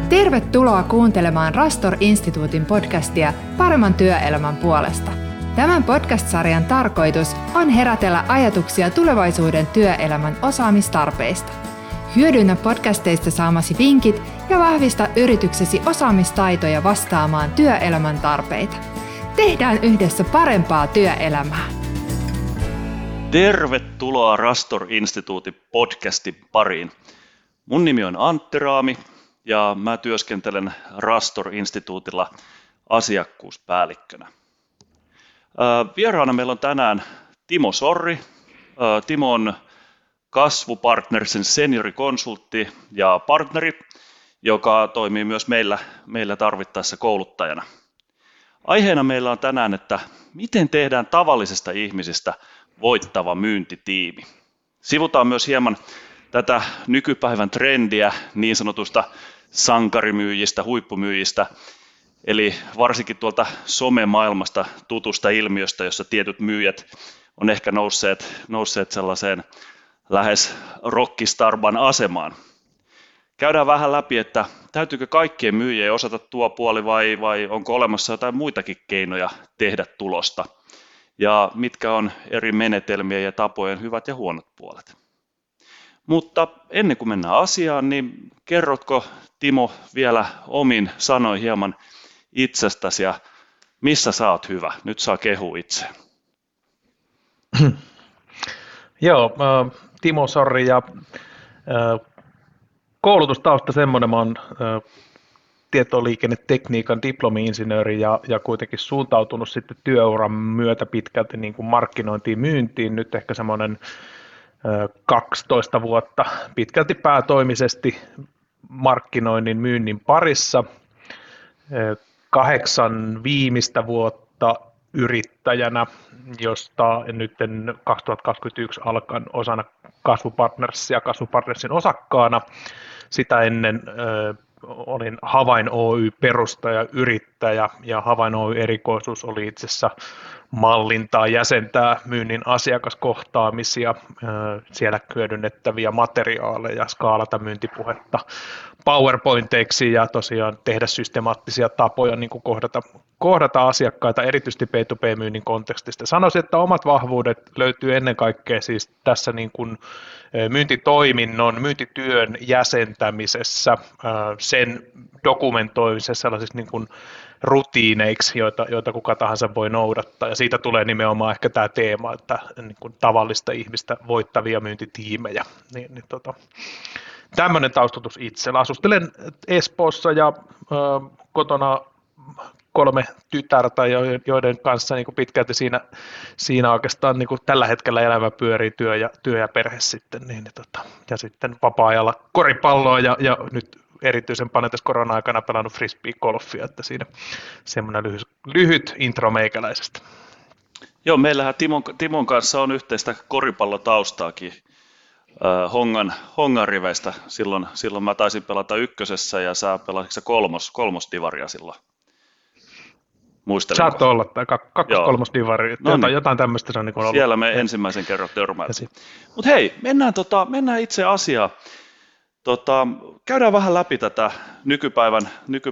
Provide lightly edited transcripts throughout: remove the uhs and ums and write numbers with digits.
Tervetuloa kuuntelemaan Rastor-instituutin podcastia paremman työelämän puolesta. Tämän podcast-sarjan tarkoitus on herätellä ajatuksia tulevaisuuden työelämän osaamistarpeista. Hyödynnä podcasteista saamasi vinkit ja vahvista yrityksesi osaamistaitoja vastaamaan työelämän tarpeita. Tehdään yhdessä parempaa työelämää. Tervetuloa Rastor-instituutin podcastin pariin. Mun nimi on Antti Raami ja mä työskentelen Rastor-instituutilla asiakkuuspäällikkönä. Vieraana meillä on tänään Timo Sorri. Timo on Kasvupartnersin seniorikonsultti ja partneri, joka toimii myös meillä tarvittaessa kouluttajana. Aiheena meillä on tänään, että miten tehdään tavallisesta ihmisistä voittava myyntitiimi. Sivutaan myös hieman tätä nykypäivän trendiä niin sanotusta sankarimyyjistä, huippumyyjistä, eli varsinkin tuolta somemaailmasta tutusta ilmiöstä, jossa tietyt myyjät on ehkä nousseet sellaiseen lähes rockistarban asemaan. Käydään vähän läpi, että täytyykö kaikkien myyjien osata tuo puoli vai onko olemassa jotain muitakin keinoja tehdä tulosta ja mitkä on eri menetelmien ja tapojen hyvät ja huonot puolet. Mutta ennen kuin mennään asiaan, niin kerrotko Timo vielä omin sanoin hieman itsestäsi ja missä sä oot hyvä? Nyt saa kehua itseään. Joo, Timo Sorri ja koulutustausta semmoinen, mä oon tietoliikennetekniikan diplomi-insinööri ja kuitenkin suuntautunut sitten työuran myötä pitkälti niin kuin markkinointiin, myyntiin, nyt ehkä semmoinen 12 vuotta pitkälti päätoimisesti markkinoinnin myynnin parissa, 8 viimeistä vuotta yrittäjänä, josta nyt 2021 alkaen osana Kasvupartnersia ja Kasvupartnersin osakkaana. Sitä ennen olin Havain Oy perustaja, yrittäjä ja Havain Oy erikoisuus oli itse asiassa mallintaa, jäsentää myynnin asiakaskohtaamisia, siellä hyödynnettäviä materiaaleja, skaalata myyntipuhetta PowerPointeiksi ja tosiaan tehdä systemaattisia tapoja niin kuin kohdata asiakkaita erityisesti B2B-myynnin kontekstista. Sanoisin, että omat vahvuudet löytyy ennen kaikkea siis tässä niin kuin myyntitoiminnon, myyntityön jäsentämisessä, sen dokumentoimisessa sellaisissa niin kuin rutiineiksi, joita kuka tahansa voi noudattaa. Ja siitä tulee nimenomaan ehkä tämä teema, että niin kuin tavallista ihmistä voittavia myyntitiimejä. Tämmöinen taustatus itsellä. Asustelen Espoossa ja kotona 3 tytärtä, joiden kanssa niin kuin pitkälti siinä oikeastaan niin kuin tällä hetkellä elämä pyörii työ ja perhe sitten. Ja sitten vapaa-ajalla koripalloa ja nyt erityisen paljon tässä korona-aikana pelannut frisbee-golfia, että siinä semmoinen lyhyt intro meikäläisestä. Joo, meillähän Timon kanssa on yhteistä koripallotaustaakin Hongan riveistä. Silloin mä taisin pelata ykkösessä ja sä pelasitko kolmosdivaria silloin? Muistelenko? Saatto olla, tai kakkos-kolmosdivari, jotain tämmöistä se on niin kuin ollut. Siellä me ensimmäisen kerran törmäiltiin. Mutta hei, mennään itse asiaan. Käydään vähän läpi tätä nykypäivän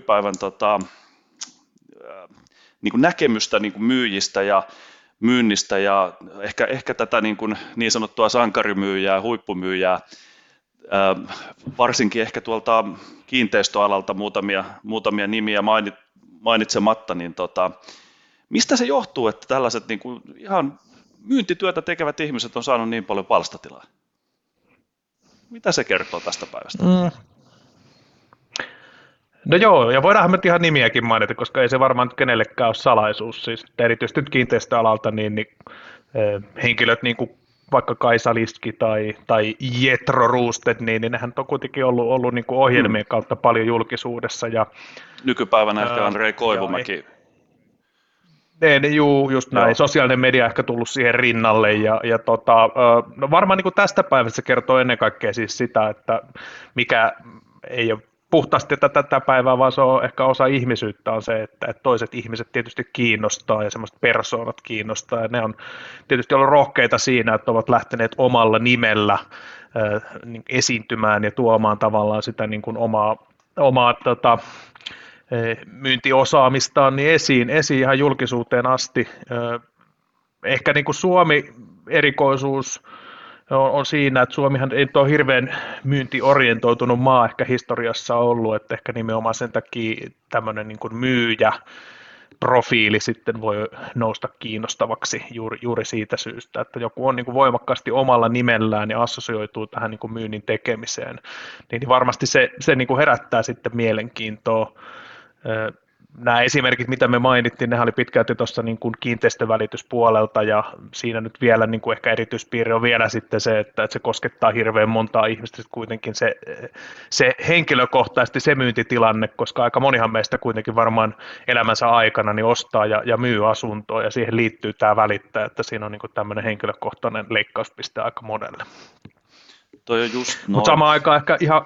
niin kuin näkemystä niin kuin myyjistä ja myynnistä ja ehkä tätä niin sanottua sankarimyyjää, huippumyyjää, varsinkin ehkä tuolta kiinteistöalalta muutamia nimiä mainitsematta, niin mistä se johtuu, että tällaiset niin kuin ihan myyntityötä tekevät ihmiset on saanut niin paljon palstatilaa? Mitä se kertoo tästä päivästä? No joo, ja voidaanhan me ihan nimiäkin mainita, koska ei se varmaan kenellekään ole salaisuus. Siis erityisesti nyt kiinteistöalalta niin henkilöt niin kuin vaikka Kaisa Liski tai Jetro Roosted, niin nehän on kuitenkin ollut niin kuin ohjelmien kautta paljon julkisuudessa. Ja nykypäivänä ehkä Andrei Koivumäki. Just näin. Joo. Sosiaalinen media ehkä tullut siihen rinnalle no varmaan niin kuin tästä päivästä se kertoo ennen kaikkea siis sitä, että mikä ei ole puhtaasti tätä päivää, vaan se on ehkä osa ihmisyyttä on se, että toiset ihmiset tietysti kiinnostaa ja semmoiset persoonat kiinnostaa ja ne on tietysti ollut rohkeita siinä, että ovat lähteneet omalla nimellä esiintymään ja tuomaan tavallaan sitä niin kuin omaa omaa myyntiosaamistaan niin esiin ihan julkisuuteen asti. Ehkä niin kuin Suomi-erikoisuus on siinä, että Suomihan ei ole hirveän myyntiorientoitunut maa ehkä historiassa ollut, että ehkä nimenomaan sen takia tämmöinen niin kuin myyjäprofiili sitten voi nousta kiinnostavaksi juuri siitä syystä, että joku on niin kuin voimakkaasti omalla nimellään ja assosioituu tähän niin kuin myynnin tekemiseen, niin varmasti se niin kuin herättää sitten mielenkiintoa. Nämä esimerkit, mitä me mainittiin, ne oli pitkälti tuossa niin kuin kiinteistövälityspuolelta, ja siinä nyt vielä niin kuin ehkä erityispiirre on vielä sitten se, että se koskettaa hirveän montaa ihmistä kuitenkin se henkilökohtaisesti se myyntitilanne, koska aika monihan meistä kuitenkin varmaan elämänsä aikana niin ostaa ja myy asuntoa, ja siihen liittyy tämä välittäjä, että siinä on niin kuin tämmöinen henkilökohtainen leikkauspiste aika monelle. Toi on just noin. Mutta samaan aikaan ehkä ihan...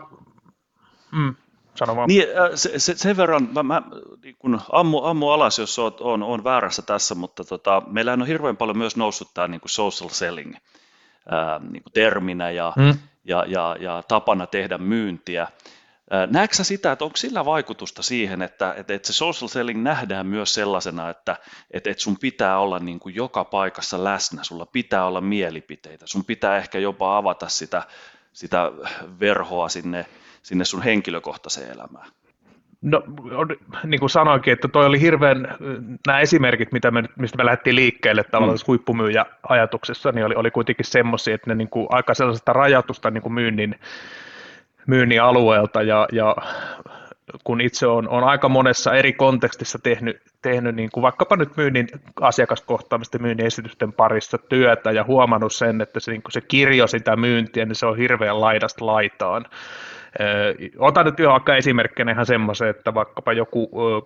Niin, sen verran, mä niin kun ammu alas, jos on väärässä tässä, mutta meillä on hirveän paljon myös noussut tämä niin kuin social selling niin kuin terminä ja tapana tehdä myyntiä. Näetkö sä sitä, että onko sillä vaikutusta siihen, että se social selling nähdään myös sellaisena, että sun pitää olla niin kuin joka paikassa läsnä, sulla pitää olla mielipiteitä, sun pitää ehkä jopa avata sitä verhoa sinne sun henkilökohtaiseen elämään? No, niin kuin sanoinkin, että toi oli hirveän, nämä esimerkit, mistä me lähdettiin liikkeelle tavallaan huippumyyjä-ajatuksessa, niin oli kuitenkin semmoisia, että ne niin kuin aika sellaisesta rajatusta niin kuin myynnin alueelta, ja kun itse on aika monessa eri kontekstissa tehnyt niin kuin vaikkapa nyt myynnin asiakaskohtaamista, myynnin esitysten parissa työtä, ja huomannut sen, että se, niin kuin se kirjo sitä myyntiä, niin se on hirveän laidasta laitaan. Otan nyt vaikka esimerkkinä ihan semmoisen, että vaikkapa joku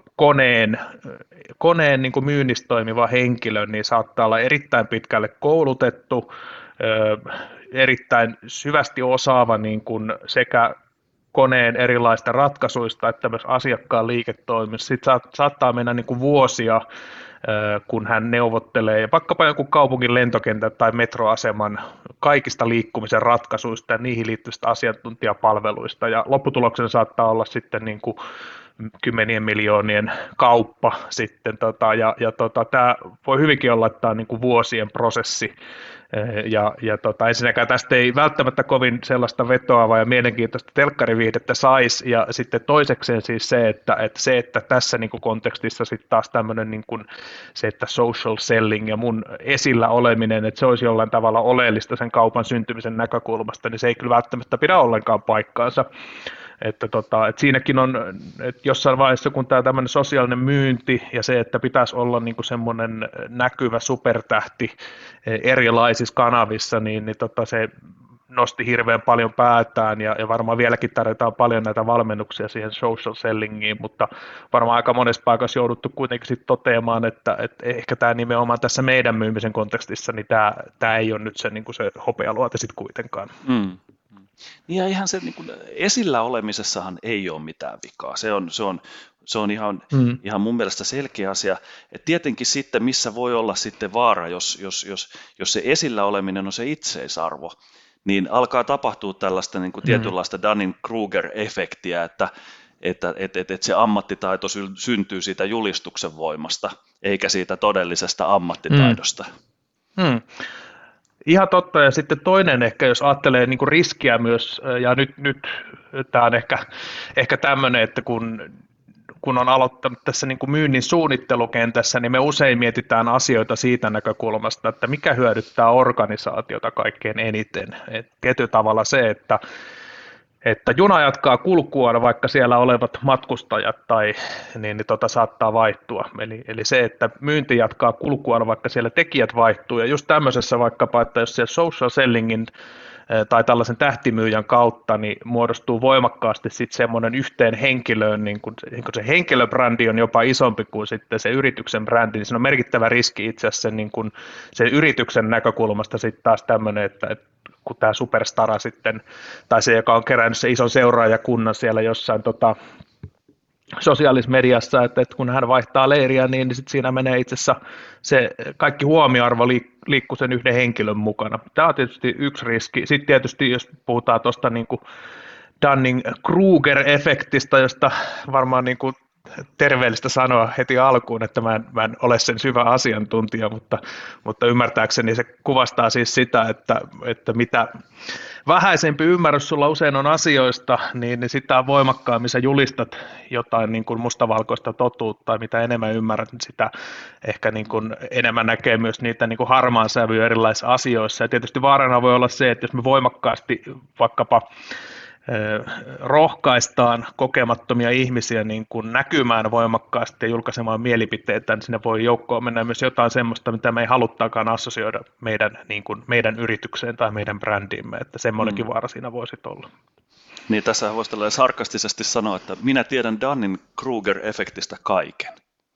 koneen niin kuin myynnissä toimiva henkilö, niin saattaa olla erittäin pitkälle koulutettu, erittäin syvästi osaava niin kuin sekä koneen erilaista ratkaisuista että myös asiakkaan liiketoiminnassa. Sitten saattaa mennä niin kuin vuosia, kun hän neuvottelee vaikkapa joku kaupungin lentokentän tai metroaseman kaikista liikkumisen ratkaisuista ja niihin liittyvistä asiantuntijapalveluista, ja lopputuloksena saattaa olla sitten niin kuin kymmenien miljoonien kauppa sitten, tämä voi hyvinkin olla, että tämä on niin kuin vuosien prosessi, ensinnäkään tästä ei välttämättä kovin sellaista vetoavaa ja mielenkiintoista telkkariviihdettä saisi, ja sitten toisekseen siis se, että tässä niin kuin kontekstissa sitten taas tämmöinen niin kuin se, että social selling ja mun esillä oleminen, että se olisi jollain tavalla oleellista sen kaupan syntymisen näkökulmasta, niin se ei kyllä välttämättä pidä ollenkaan paikkaansa. Että siinäkin on, että jossain vaiheessa, kun tämä tämmöinen sosiaalinen myynti ja se, että pitäisi olla niin kuin semmoinen näkyvä supertähti erilaisissa kanavissa, niin se nosti hirveän paljon päätään, ja varmaan vieläkin tarvitaan paljon näitä valmennuksia siihen social sellingiin, mutta varmaan aika monessa paikassa jouduttu kuitenkin sitten toteamaan, että ehkä tämä nimenomaan tässä meidän myymisen kontekstissa, niin tämä ei ole nyt se, niin kuin se hopealuote sitten kuitenkaan. Niin ja ihan se niin kuin esillä olemisessahan ei ole mitään vikaa. Se on ihan mun mielestä selkeä asia. Et tietenkin sitten, missä voi olla sitten vaara, jos se esillä oleminen on se itseisarvo, niin alkaa tapahtua tällaista niin kuin tietynlaista Dunning-Kruger-efektiä, että se ammattitaito syntyy siitä julistuksen voimasta, eikä siitä todellisesta ammattitaidosta. Ihan totta, ja sitten toinen ehkä, jos ajattelee niin kuin riskiä myös, ja nyt tämä on ehkä tämmöinen, että kun on aloittanut tässä niin kuin myynnin suunnittelukentässä, niin me usein mietitään asioita siitä näkökulmasta, että mikä hyödyttää organisaatiota kaikkein eniten. Tietyllä tavalla se, että juna jatkaa kulkuaan, vaikka siellä olevat matkustajat niin saattaa vaihtua. Eli se, että myynti jatkaa kulkuaan, vaikka siellä tekijät vaihtuu. Ja just tämmöisessä vaikkapa, että jos siellä social sellingin tai tällaisen tähtimyyjän kautta niin muodostuu voimakkaasti sitten semmoinen yhteen henkilöön, niin kun se henkilöbrändi on jopa isompi kuin sitten se yrityksen brändi, niin se on merkittävä riski itse asiassa niin kun sen yrityksen näkökulmasta sitten taas tämmöinen, että kun tämä superstara sitten, tai se, joka on kerännyt se ison seuraajakunnan siellä jossain sosiaalisessa mediassa, että kun hän vaihtaa leiriä, niin sitten siinä menee itse asiassa se kaikki huomioarvo liikkuu sen yhden henkilön mukana. Tämä on tietysti yksi riski. Sitten tietysti, jos puhutaan tuosta niin kuin Dunning-Kruger-efektistä, josta varmaan niin kuin terveellistä sanoa heti alkuun, että mä en ole sen syvä asiantuntija, mutta ymmärtääkseni se kuvastaa siis sitä, että mitä vähäisempi ymmärrys sulla usein on asioista, niin sitä voimakkaammin sä julistat jotain niin kuin mustavalkoista totuutta, tai mitä enemmän ymmärrät, niin sitä ehkä niin kuin enemmän näkee myös niitä niin kuin harmaan sävyjä erilaisissa asioissa. Ja tietysti vaarana voi olla se, että jos me voimakkaasti vaikkapa rohkaistaan kokemattomia ihmisiä niin kuin näkymään voimakkaasti ja julkaisemaan mielipiteitä, niin sinne voi joukkoon mennä myös jotain semmoista, mitä me ei haluttaakaan assosioida meidän yritykseen tai meidän brändiimme, että semmoinenkin vaara siinä voisi olla. Niin, tässä voisi tällä sarkastisesti sanoa, että minä tiedän Dunning-Kruger-efektistä kaiken.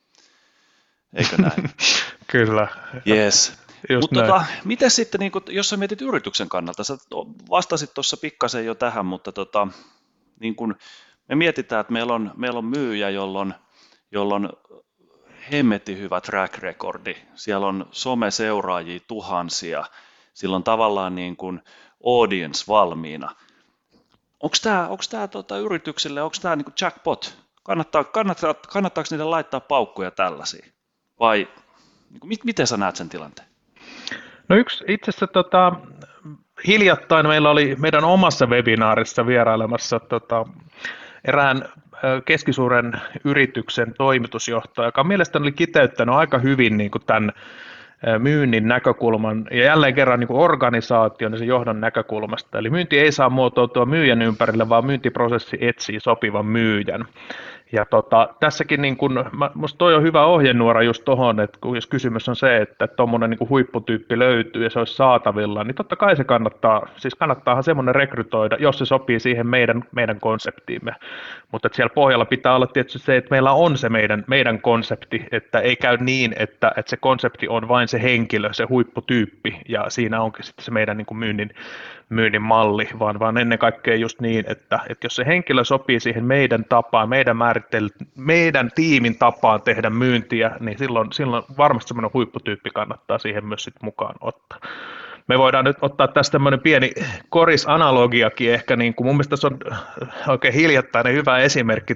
Eikö näin? Kyllä. Yes. Mutta miten sitten, niin kun, jos sä mietit yrityksen kannalta, sä vastasit tuossa pikkasen jo tähän, mutta niin kun me mietitään, että meillä on myyjä, jolla on hemmetin hyvä track recordi, siellä on someseuraajia tuhansia, sillä on tavallaan niin kuin audience valmiina. Onko tämä yrityksille, onko tämä niin kuin jackpot? Kannattaako niiden laittaa paukkuja tällaisiin? Vai niin miten sä näet sen tilanteen? No itse asiassa hiljattain meillä oli meidän omassa webinaarissa vierailemassa erään keskisuuren yrityksen toimitusjohtaja, joka mielestäni oli kiteyttänyt aika hyvin niin kuin tämän myynnin näkökulman ja jälleen kerran niin kuin organisaation ja sen johdon näkökulmasta. Eli myynti ei saa muotoutua myyjän ympärille, vaan myyntiprosessi etsii sopivan myyjän. Ja tässäkin niin kun, musta toi on hyvä ohjenuora just tuohon, että jos kysymys on se, että tuommoinen niin huipputyyppi löytyy ja se olisi saatavilla, niin totta kai se kannattaahan semmoinen rekrytoida, jos se sopii siihen meidän konseptiimme. Mutta siellä pohjalla pitää olla tietysti se, että meillä on se meidän konsepti, että ei käy niin, että se konsepti on vain se henkilö, se huipputyyppi ja siinä onkin sitten se meidän niin kuin myynnin malli, vaan ennen kaikkea just niin, että jos se henkilö sopii siihen meidän tapaan, meidän tiimin tapaan tehdä myyntiä, niin silloin varmasti semmoinen huipputyyppi kannattaa siihen myös sit mukaan ottaa. Me voidaan nyt ottaa tästä tämmöinen pieni korisanalogiakin ehkä, niin kuin mun mielestä se on oikein hiljattainen hyvä esimerkki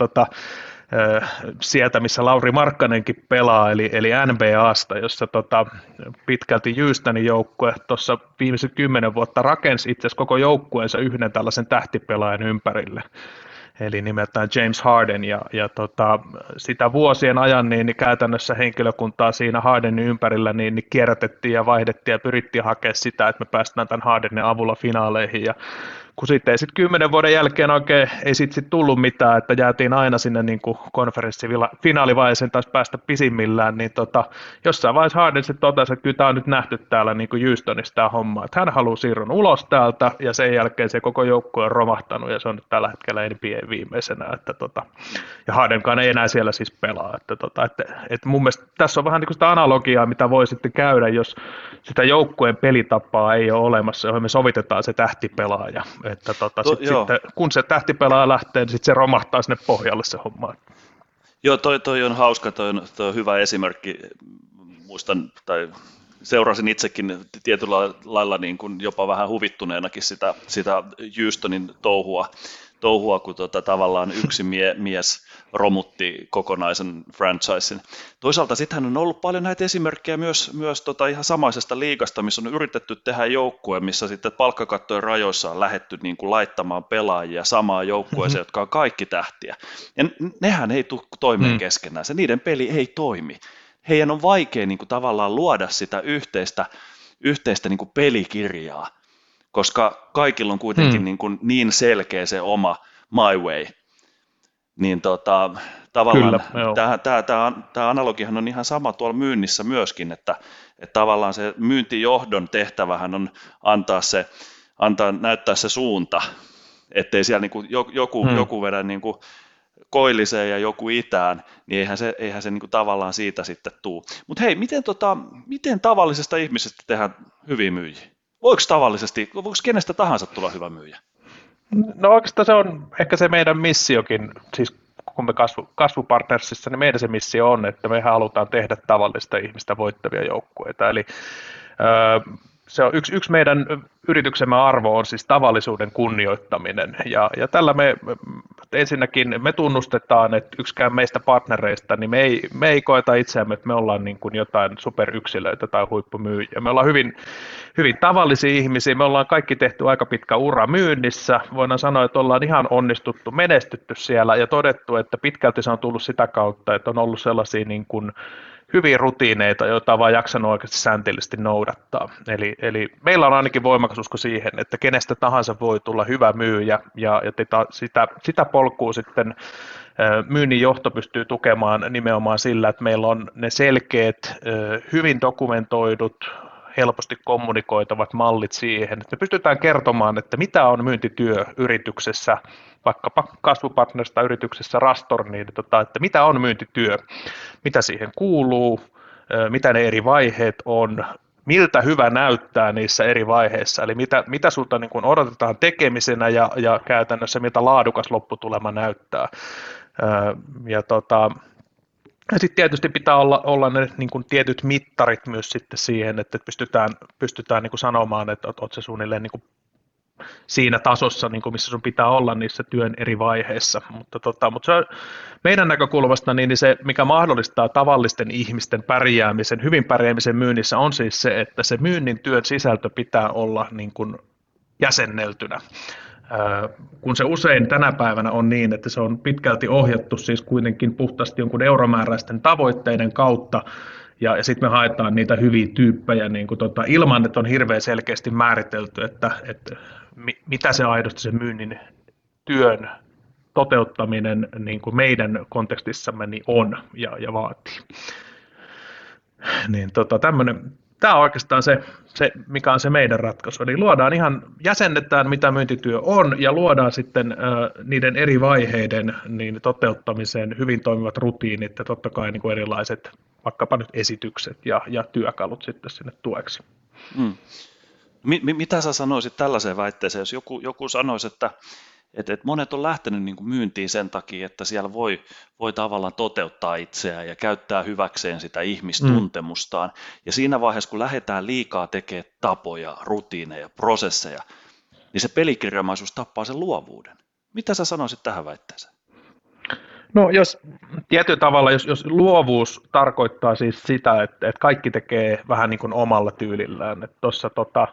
sieltä, missä Lauri Markkanenkin pelaa, eli NBAsta, jossa pitkälti Houstonin joukkue tuossa viimeiset 10 vuotta rakensi itse asiassa koko joukkueensa yhden tällaisen tähtipelaajan ympärille. Eli nimeltään James Harden, ja sitä vuosien ajan niin käytännössä henkilökuntaa siinä Hardenin ympärillä niin kierrätettiin ja vaihdettiin ja pyrittiin hakemaan sitä, että me päästään tämän Hardenin avulla finaaleihin, ja kun sitten ei 10 vuoden jälkeen oikein ei sit tullut mitään, että jäätiin aina sinne niin kuin konferenssifinaalivaiheen taisi päästä pisimmillään, niin jossain vaiheessa Harden sitten totesi, että kyllä tämä on nyt nähty täällä niin kuin Houstonissa tämä homma, että hän haluaa siirron ulos täältä, ja sen jälkeen se koko joukkue on romahtanut, ja se on nyt tällä hetkellä NBA viimeisenä, ja Hardenkaan ei enää siellä siis pelaa, että mun mielestä tässä on vähän niin kuin sitä analogiaa, mitä voi sitten käydä, jos sitä joukkueen pelitapaa ei ole olemassa, johon me sovitetaan se tähtipelaaja. Että sitten, kun se tähtipelaaja lähtee, niin sitten se romahtaa sinne pohjalle se homma. Joo, toi on hauska, toi on hyvä esimerkki. Muistan, tai seurasin itsekin tietyllä lailla niin kuin jopa vähän huvittuneenakin sitä Houstonin touhua, kun tavallaan yksi mies romutti kokonaisen franchisen. Toisaalta sittenhän on ollut paljon näitä esimerkkejä myös ihan samaisesta liigasta, missä on yritetty tehdä joukkue, missä sitten palkkakattojen rajoissa on lähdetty niin kuin laittamaan pelaajia samaan joukkueeseen, jotka on kaikki tähtiä. Ja nehän ei tule toimeen keskenään, se niiden peli ei toimi. Heidän on vaikea niin kuin tavallaan luoda sitä yhteistä niin kuin pelikirjaa, koska kaikilla on kuitenkin niin selkeä se oma my way, niin tavallaan tämä analogihan on ihan sama tuolla myynnissä myöskin, että tavallaan se myyntijohdon tehtävähän on näyttää se suunta, ettei siellä niin kuin joku vedä niin kuin koilliseen ja joku itään, niin eihän se niin kuin tavallaan siitä sitten tule. Mutta hei, miten tavallisesta ihmisestä tehdään hyviä myyjiä? Voiko kenestä tahansa tulla hyvä myyjä? No oikeastaan se on ehkä se meidän missiokin, siis kun me kasvupartnersissa, niin meidän se missio on, että me halutaan tehdä tavallista ihmistä voittavia joukkueita. Eli se on yksi meidän yrityksemme arvo on siis tavallisuuden kunnioittaminen, ja tällä ensinnäkin me tunnustetaan, että yksikään meistä partnereista, niin me ei koeta itseämme, että me ollaan niin kuin jotain superyksilöitä tai huippumyyjiä. Me ollaan hyvin, hyvin tavallisia ihmisiä, me ollaan kaikki tehty aika pitkä ura myynnissä, voidaan sanoa, että ollaan ihan onnistuttu, menestytty siellä ja todettu, että pitkälti se on tullut sitä kautta, että on ollut sellaisia niin kuin hyviä rutiineita, joita on vaan jaksanut oikeasti säntillisesti noudattaa. Eli meillä on ainakin voimakas usko siihen, että kenestä tahansa voi tulla hyvä myyjä, ja sitä polkua sitten myynnin johto pystyy tukemaan nimenomaan sillä, että meillä on ne selkeät, hyvin dokumentoidut, helposti kommunikoitavat mallit siihen, että me pystytään kertomaan, että mitä on myyntityö yrityksessä, vaikkapa kasvupartners tai yrityksessä Rastor, niin että mitä on myyntityö, mitä siihen kuuluu, mitä ne eri vaiheet on, miltä hyvä näyttää niissä eri vaiheissa, eli mitä sulta niin kuin odotetaan tekemisenä ja käytännössä miltä laadukas lopputulema näyttää. Ja sitten tietysti pitää olla ne niin kuin tietyt mittarit myös sitten siihen, että pystytään niin kuin sanomaan, että olet se suunnilleen niin kuin siinä tasossa, niin kuin missä sun pitää olla niissä työn eri vaiheissa. Mutta se on meidän näkökulmasta niin se, mikä mahdollistaa tavallisten ihmisten pärjäämisen, hyvin pärjäämisen myynnissä, on siis se, että se myynnin työn sisältö pitää olla niin kuin jäsenneltynä. Kun se usein tänä päivänä on niin, että se on pitkälti ohjattu siis kuitenkin puhtaasti jonkun euromääräisten tavoitteiden kautta, ja sitten me haetaan niitä hyviä tyyppejä niin kuin ilman, että on hirveän selkeästi määritelty, että mitä se aidosti se myynnin työn toteuttaminen niin kuin meidän kontekstissamme niin on ja vaatii. Niin tämä on oikeastaan se, mikä on se meidän ratkaisu. Eli jäsennetään, mitä myyntityö on, ja luodaan sitten niiden eri vaiheiden niin toteuttamiseen hyvin toimivat rutiinit ja totta kai niin kuin erilaiset vaikkapa nyt esitykset ja työkalut sitten sinne tueksi. Mitä sä sanoisit tällaiseen väitteeseen, jos joku sanoisi, että monet on lähtenyt niin kuin myyntiin sen takia, että siellä voi tavallaan toteuttaa itseään ja käyttää hyväkseen sitä ihmistuntemustaan. Ja siinä vaiheessa, kun lähdetään liikaa tekemään tapoja, rutiineja, prosesseja, niin se pelikirjamaisuus tappaa sen luovuuden. Mitä sä sanoisit tähän väitteeseen? No jos tietyllä tavalla, jos luovuus tarkoittaa siis sitä, että kaikki tekee vähän niin kuin omalla tyylillään, että tuossa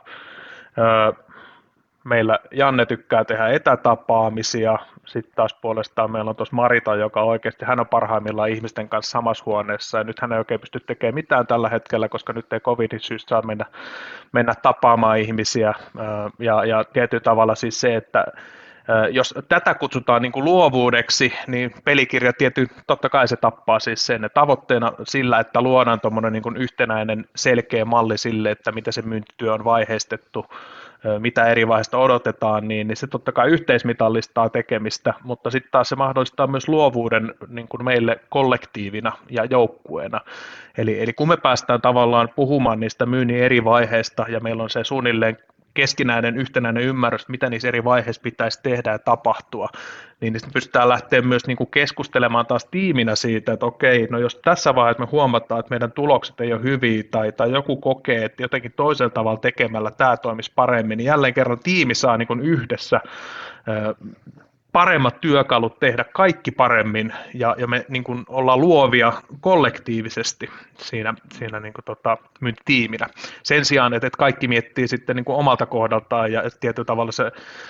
meillä Janne tykkää tehdä etätapaamisia, sitten taas puolestaan meillä on tuossa Marita, joka oikeasti, hän on parhaimmillaan ihmisten kanssa samassa huoneessa, ja nyt hän ei oikein pysty tekemään mitään tällä hetkellä, koska nyt ei covidin syystä saa mennä tapaamaan ihmisiä, ja tietyllä tavalla siis se, että jos tätä kutsutaan niin kuin luovuudeksi, niin pelikirja totta kai se tappaa siis sen. Tavoitteena sillä, että luodaan tuommoinen niin kuin yhtenäinen selkeä malli sille, että miten se myyntityö on vaiheistettu, mitä eri vaiheista odotetaan, niin se totta kai yhteismitallistaa tekemistä, mutta sitten taas se mahdollistaa myös luovuuden niin kuin meille kollektiivina ja joukkueena. Eli kun me päästään tavallaan puhumaan niistä myynnin eri vaiheista ja meillä on se suunnilleen keskinäinen yhtenäinen ymmärrys, mitä niissä eri vaiheissa pitäisi tehdä ja tapahtua, niin pystytään lähteä myös niin kuin keskustelemaan taas tiiminä siitä, että okei, no jos tässä vaiheessa me huomataan, että meidän tulokset ei ole hyviä tai joku kokee, että jotenkin toisella tavalla tekemällä tämä toimisi paremmin, niin jälleen kerran tiimi saa niin kuin yhdessä paremmat työkalut tehdä kaikki paremmin ja me niin kuin ollaan luovia kollektiivisesti siinä niin kuin myyntitiiminä. Sen sijaan, että kaikki miettii sitten niin kuin omalta kohdaltaan ja tietyllä tavalla se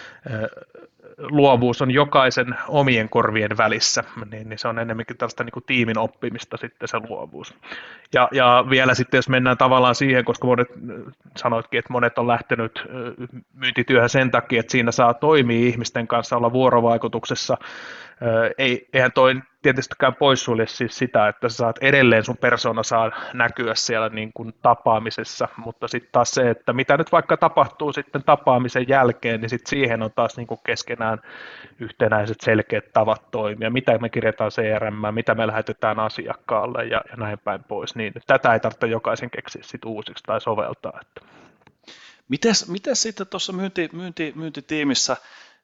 luovuus on jokaisen omien korvien välissä, niin se on enemmänkin tällaista niin kuin tiimin oppimista sitten se luovuus. Ja vielä sitten, jos mennään tavallaan siihen, koska sanoitkin, että monet on lähtenyt myyntityöhön sen takia, että siinä saa toimia ihmisten kanssa, olla vuorovaikutuksessa. Eihän toi tietystikään poissulje siis sitä, että sä saat edelleen sun persona saa näkyä siellä niin kuin tapaamisessa, mutta sitten taas se, että mitä nyt vaikka tapahtuu sitten tapaamisen jälkeen, niin sitten siihen on taas niin kuin keskenään yhtenäiset selkeät tavat toimia, mitä me kirjataan CRM, mitä me lähetetään asiakkaalle ja näin päin pois, niin tätä ei tarvitse jokaisen keksiä sit uusiksi tai soveltaa. Mites sitten tuossa myyntitiimissä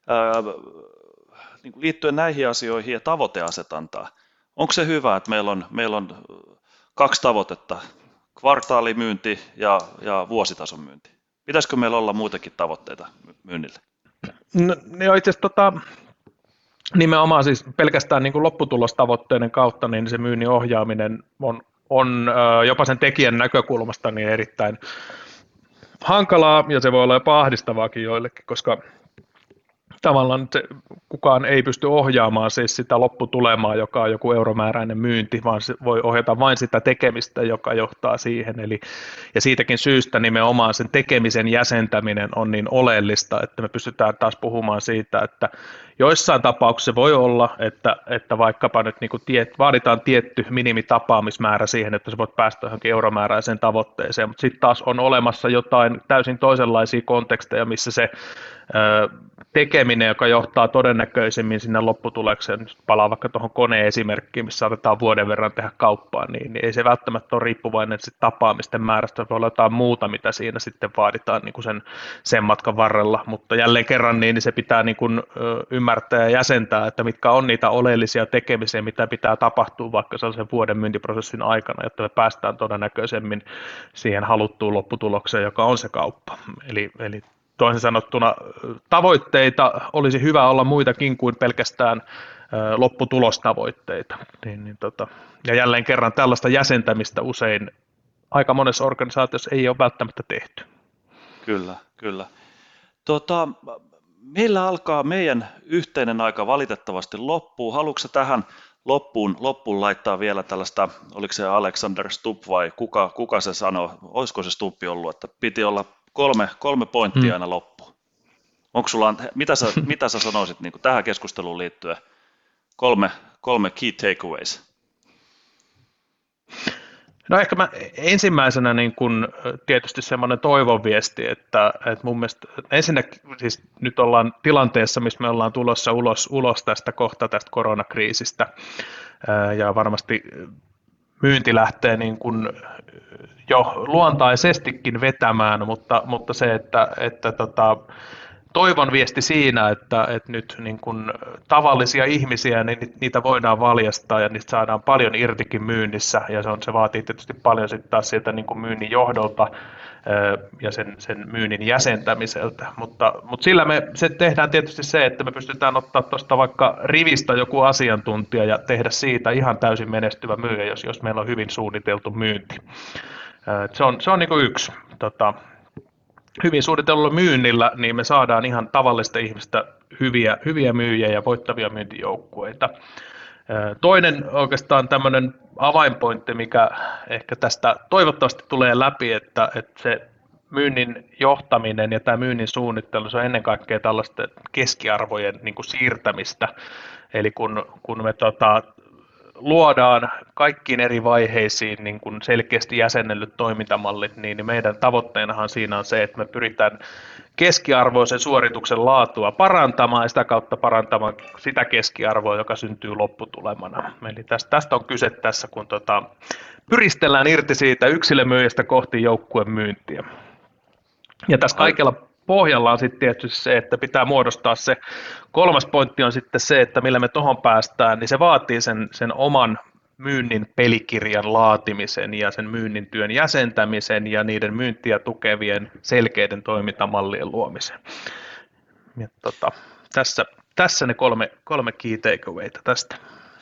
niin kuin liittyen näihin asioihin ja tavoiteasetantaa, onko se hyvä, että meillä on 2 tavoitetta, kvartaalimyynti ja vuositason myynti? Pitäisikö meillä olla muitakin tavoitteita myynnille? No itse asiassa nimenomaan siis pelkästään niin kuin lopputulostavoitteiden kautta, niin se myynnin ohjaaminen on jopa sen tekijän näkökulmasta niin erittäin hankalaa, ja se voi olla jopa ahdistavaakin joillekin, koska tavallaan kukaan ei pysty ohjaamaan siis sitä lopputulemaa, joka on joku euromääräinen myynti, vaan se voi ohjata vain sitä tekemistä, joka johtaa siihen. Ja siitäkin syystä nimenomaan sen tekemisen jäsentäminen on niin oleellista, että me pystytään taas puhumaan siitä, että joissain tapauksissa voi olla, että vaikkapa nyt niin kuin vaaditaan tietty minimitapaamismäärä siihen, että sä voit päästä johonkin euromääräiseen tavoitteeseen, mutta sitten taas on olemassa jotain täysin toisenlaisia konteksteja, missä se tekeminen, joka johtaa todennäköisemmin sinne lopputulekseen, palaa vaikka tuohon koneen-esimerkkiin, missä saatetaan vuoden verran tehdä kauppaa, niin ei se välttämättä ole riippuvainen tapaamisten määrästä, voi olla jotain muuta, mitä siinä sitten vaaditaan niin kuin sen matkan varrella, mutta jälleen kerran niin se pitää niin kuin ymmärtää ja jäsentää, että mitkä on niitä oleellisia tekemisiä, mitä pitää tapahtua vaikka sellaisen vuoden myyntiprosessin aikana, jotta me päästään todennäköisemmin siihen haluttuun lopputulokseen, joka on se kauppa. Eli toisin sanottuna tavoitteita olisi hyvä olla muitakin kuin pelkästään lopputulostavoitteita. Ja jälleen kerran tällaista jäsentämistä usein aika monessa organisaatiossa ei ole välttämättä tehty. Kyllä. Meillä alkaa meidän yhteinen aika valitettavasti loppuu. Haluatko tähän loppuun laittaa vielä tällaista, oliko se Alexander Stubb vai kuka se sanoi, olisiko se Stubbi ollut, että piti olla kolme pointtia aina loppuun. Onko sulla, mitä sä sanoisit niin kuin tähän keskusteluun liittyen? Kolme key takeaways. No ehkä ensimmäisenä niin kun tietysti semmoinen toivon viesti, että mun mielestä ensinnäkin siis nyt ollaan tilanteessa, missä me ollaan tulossa ulos tästä koronakriisistä, ja varmasti myynti lähtee niin kun jo luontaisestikin vetämään, mutta se, että toivon viesti siinä, että nyt niin kun tavallisia ihmisiä, niin niitä voidaan valjastaa ja niistä saadaan paljon irtikin myynnissä, ja se vaatii tietysti paljon sitten taas sieltä niin kun myynnin johdolta ja sen myynnin jäsentämiseltä, mutta sillä se tehdään tietysti se, että me pystytään ottaa tuosta vaikka rivistä joku asiantuntija ja tehdä siitä ihan täysin menestyvä myyjä, jos meillä on hyvin suunniteltu myynti. Se on niin kuin yksi. Hyvin suunnitellulla myynnillä niin me saadaan ihan tavallista ihmistä hyviä myyjiä ja voittavia myyntijoukkueita. Toinen oikeastaan tämmöinen avainpointti, mikä ehkä tästä toivottavasti tulee läpi, että se myynnin johtaminen ja tämä myynnin suunnittelu, se on ennen kaikkea tällaista keskiarvojen niin kuin siirtämistä. Eli kun me luodaan kaikkiin eri vaiheisiin niin kuin selkeästi jäsennellyt toimintamallit, niin meidän tavoitteenahan siinä on se, että me pyritään keskiarvoisen suorituksen laatua parantamaan ja sitä kautta parantamaan sitä keskiarvoa, joka syntyy lopputulemana. Eli tästä on kyse tässä, kun pyristellään irti siitä yksilömyyjästä kohti joukkuemyyntiä. Ja tässä kaikella pohjalla on sitten tietysti se, että pitää muodostaa se kolmas pointti on sitten se, että millä me tuohon päästään, niin se vaatii sen oman myynnin pelikirjan laatimisen ja sen myynnin työn jäsentämisen ja niiden myyntiä tukevien selkeiden toimintamallien luomisen. Ja tässä ne kolme key takeawayta tästä.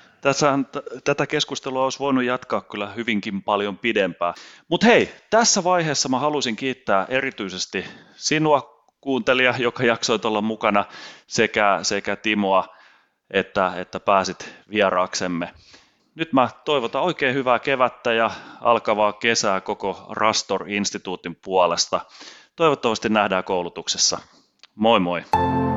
Tätä keskustelua olisi voinut jatkaa kyllä hyvinkin paljon pidempään. Mutta hei, tässä vaiheessa mä haluaisin kiittää erityisesti sinua, kuuntelija, joka jaksoi olla mukana, sekä Timoa, että pääsit vieraaksemme. Nyt mä toivotan oikein hyvää kevättä ja alkavaa kesää koko Rastor-instituutin puolesta. Toivottavasti nähdään koulutuksessa. Moi moi!